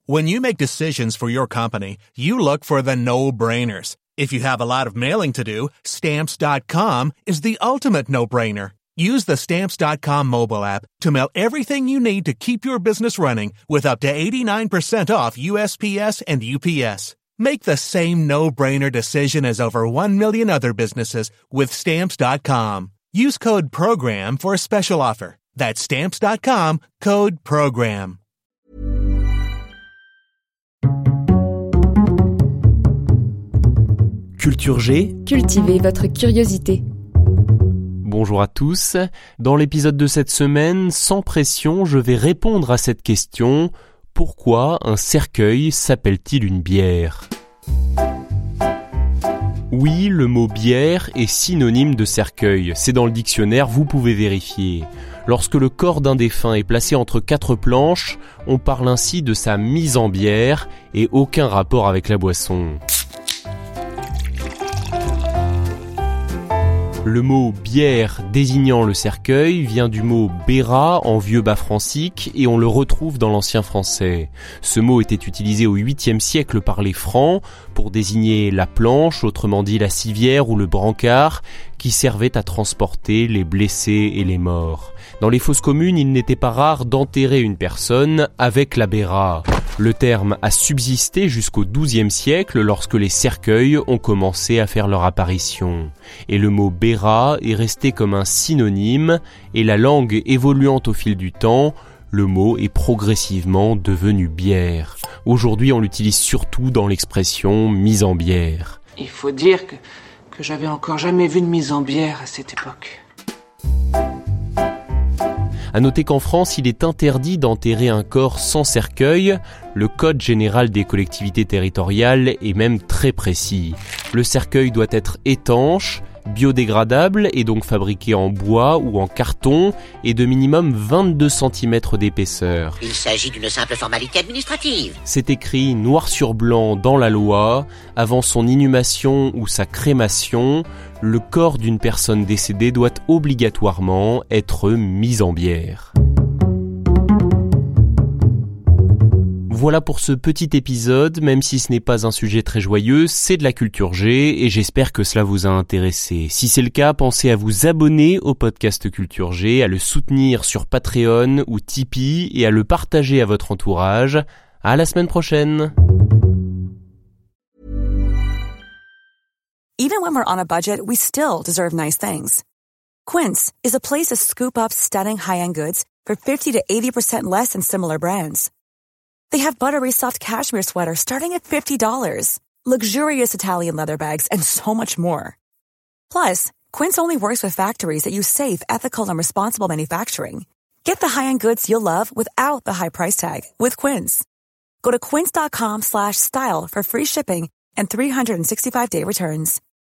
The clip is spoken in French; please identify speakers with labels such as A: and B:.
A: When you make decisions for your company, you look for the no-brainers. If you have a lot of mailing to do, Stamps.com is the ultimate no-brainer. Use the Stamps.com mobile app to mail everything you need to keep your business running with up to 89% off USPS and UPS. Make the same no-brainer decision as over 1 million other businesses with Stamps.com. Use code PROGRAM for a special offer. That's Stamps.com, code PROGRAM.
B: Culture G.
C: Cultivez votre curiosité.
B: Bonjour à tous. Dans l'épisode de cette semaine, sans pression, je vais répondre à cette question. Pourquoi un cercueil s'appelle-t-il une bière ? Oui, le mot bière est synonyme de cercueil. C'est dans le dictionnaire, vous pouvez vérifier. Lorsque le corps d'un défunt est placé entre 4 planches, on parle ainsi de sa mise en bière et aucun rapport avec la boisson. Le mot « bière » désignant le cercueil vient du mot « béra » en vieux bas francique et on le retrouve dans l'ancien français. Ce mot était utilisé au 8e siècle par les Francs pour désigner la planche, autrement dit la civière ou le brancard, qui servait à transporter les blessés et les morts. Dans les fosses communes, il n'était pas rare d'enterrer une personne avec la béra. Le terme a subsisté jusqu'au XIIe siècle lorsque les cercueils ont commencé à faire leur apparition. Et le mot béra est resté comme un synonyme et la langue évoluant au fil du temps, le mot est progressivement devenu bière. Aujourd'hui, on l'utilise surtout dans l'expression mise en bière.
D: Il faut dire que j'avais encore jamais vu de mise en bière à cette époque.
B: À noter qu'en France, il est interdit d'enterrer un corps sans cercueil. Le Code général des collectivités territoriales est même très précis. Le cercueil doit être étanche, biodégradable et donc fabriqué en bois ou en carton et de minimum 22 cm d'épaisseur.
E: Il s'agit d'une simple formalité administrative.
B: C'est écrit noir sur blanc dans la loi. Avant son inhumation ou sa crémation, le corps d'une personne décédée doit obligatoirement être mis en bière. Voilà pour ce petit épisode, même si ce n'est pas un sujet très joyeux, c'est de la culture G et j'espère que cela vous a intéressé. Si c'est le cas, pensez à vous abonner au podcast Culture G, à le soutenir sur Patreon ou Tipeee et à le partager à votre entourage. À la semaine prochaine.
F: Even when we're on a budget, we still deserve nice things. Quince is a place to scoop up stunning high-end goods for 50 to 80% less than similar brands. They have buttery soft cashmere sweaters starting at $50, luxurious Italian leather bags, and so much more. Plus, Quince only works with factories that use safe, ethical, and responsible manufacturing. Get the high-end goods you'll love without the high price tag with Quince. Go to quince.com/style for free shipping and 365-day returns.